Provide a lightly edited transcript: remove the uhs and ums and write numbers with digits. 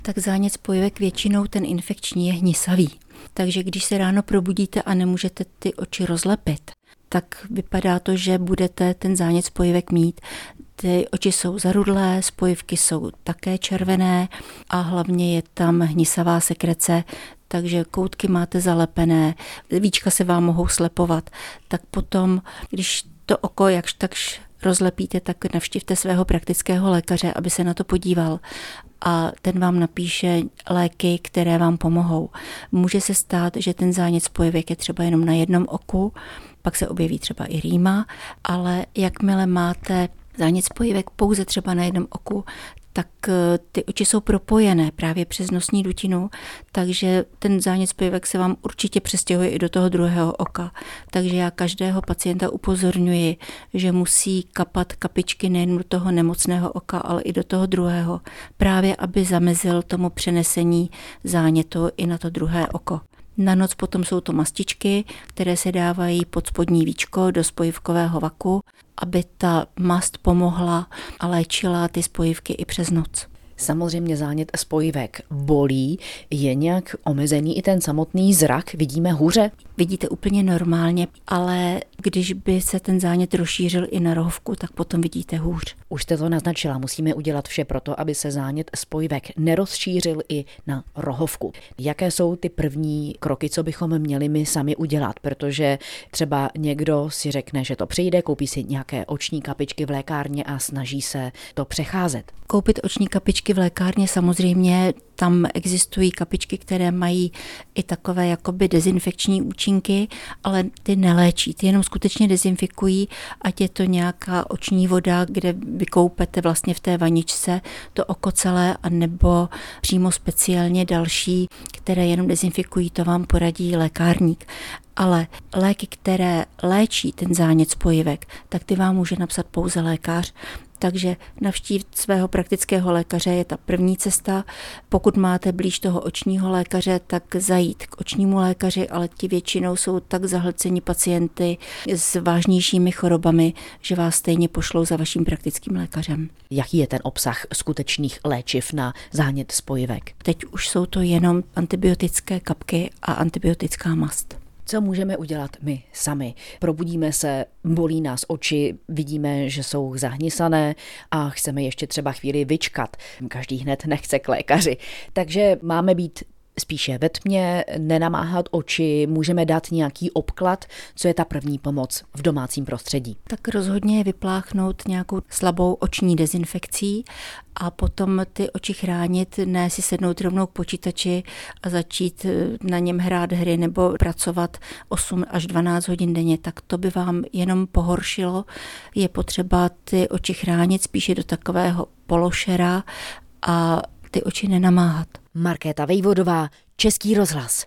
Tak zánět spojivek většinou ten infekční je hnisavý. Takže když se ráno probudíte a nemůžete ty oči rozlepit, tak vypadá to, že budete ten zánět spojivek mít. Ty oči jsou zarudlé, spojivky jsou také červené a hlavně je tam hnisavá sekrece, takže koutky máte zalepené, víčka se vám mohou slepovat. Tak potom, když to oko jakž takž rozlepíte, tak navštivte svého praktického lékaře, aby se na to podíval a ten vám napíše léky, které vám pomohou. Může se stát, že ten zánět spojivek je třeba jenom na jednom oku, pak se objeví třeba i rýma, ale jakmile máte zánět spojivek pouze třeba na jednom oku, tak ty oči jsou propojené právě přes nosní dutinu, takže ten zánět spojivek se vám určitě přestěhuje i do toho druhého oka. Takže já každého pacienta upozorňuji, že musí kapat kapičky nejen do toho nemocného oka, ale i do toho druhého, právě aby zamezil tomu přenesení zánětu i na to druhé oko. Na noc potom jsou to mastičky, které se dávají pod spodní víčko do spojivkového vaku, aby ta mast pomohla a léčila ty spojivky i přes noc. Samozřejmě zánět spojivek bolí, je nějak omezený i ten samotný zrak, vidíme hůře? Vidíte úplně normálně, ale když by se ten zánět rozšířil i na rohovku, tak potom vidíte hůř. Už jste to naznačila, musíme udělat vše pro to, aby se zánět spojivek nerozšířil i na rohovku. Jaké jsou ty první kroky, co bychom měli my sami udělat? Protože třeba někdo si řekne, že to přijde, koupí si nějaké oční kapičky v lékárně a snaží se to přecházet. Koupit oční kapičky v lékárně samozřejmě, tam existují kapičky, které mají i takové jakoby dezinfekční účinky, ale ty neléčí, ty jenom skutečně dezinfikují, ať je to nějaká oční voda, kde vykoupete vlastně v té vaničce to oko celé, anebo přímo speciálně další, které jenom dezinfikují, to vám poradí lékárník. Ale léky, které léčí ten zánět spojivek, tak ty vám může napsat pouze lékař. Takže navštívit svého praktického lékaře je ta první cesta. Pokud máte blíž toho očního lékaře, tak zajít k očnímu lékaři, ale ti většinou jsou tak zahlceni pacienty s vážnějšími chorobami, že vás stejně pošlou za vaším praktickým lékařem. Jaký je ten obsah skutečných léčiv na zánět spojivek? Teď už jsou to jenom antibiotické kapky a antibiotická mast. Co můžeme udělat my sami? Probudíme se, bolí nás oči, vidíme, že jsou zahnisané a chceme ještě třeba chvíli vyčkat. Každý hned nechce k lékaři. Takže máme být spíše ve tmě, nenamáhat oči, můžeme dát nějaký obklad, co je ta první pomoc v domácím prostředí. Tak rozhodně je vypláchnout nějakou slabou oční dezinfekcí a potom ty oči chránit, ne si sednout rovnou k počítači a začít na něm hrát hry nebo pracovat 8 až 12 hodin denně, tak to by vám jenom pohoršilo. Je potřeba ty oči chránit spíše do takového pološera a ty oči nenamáhat. Markéta Vejvodová, Český rozhlas.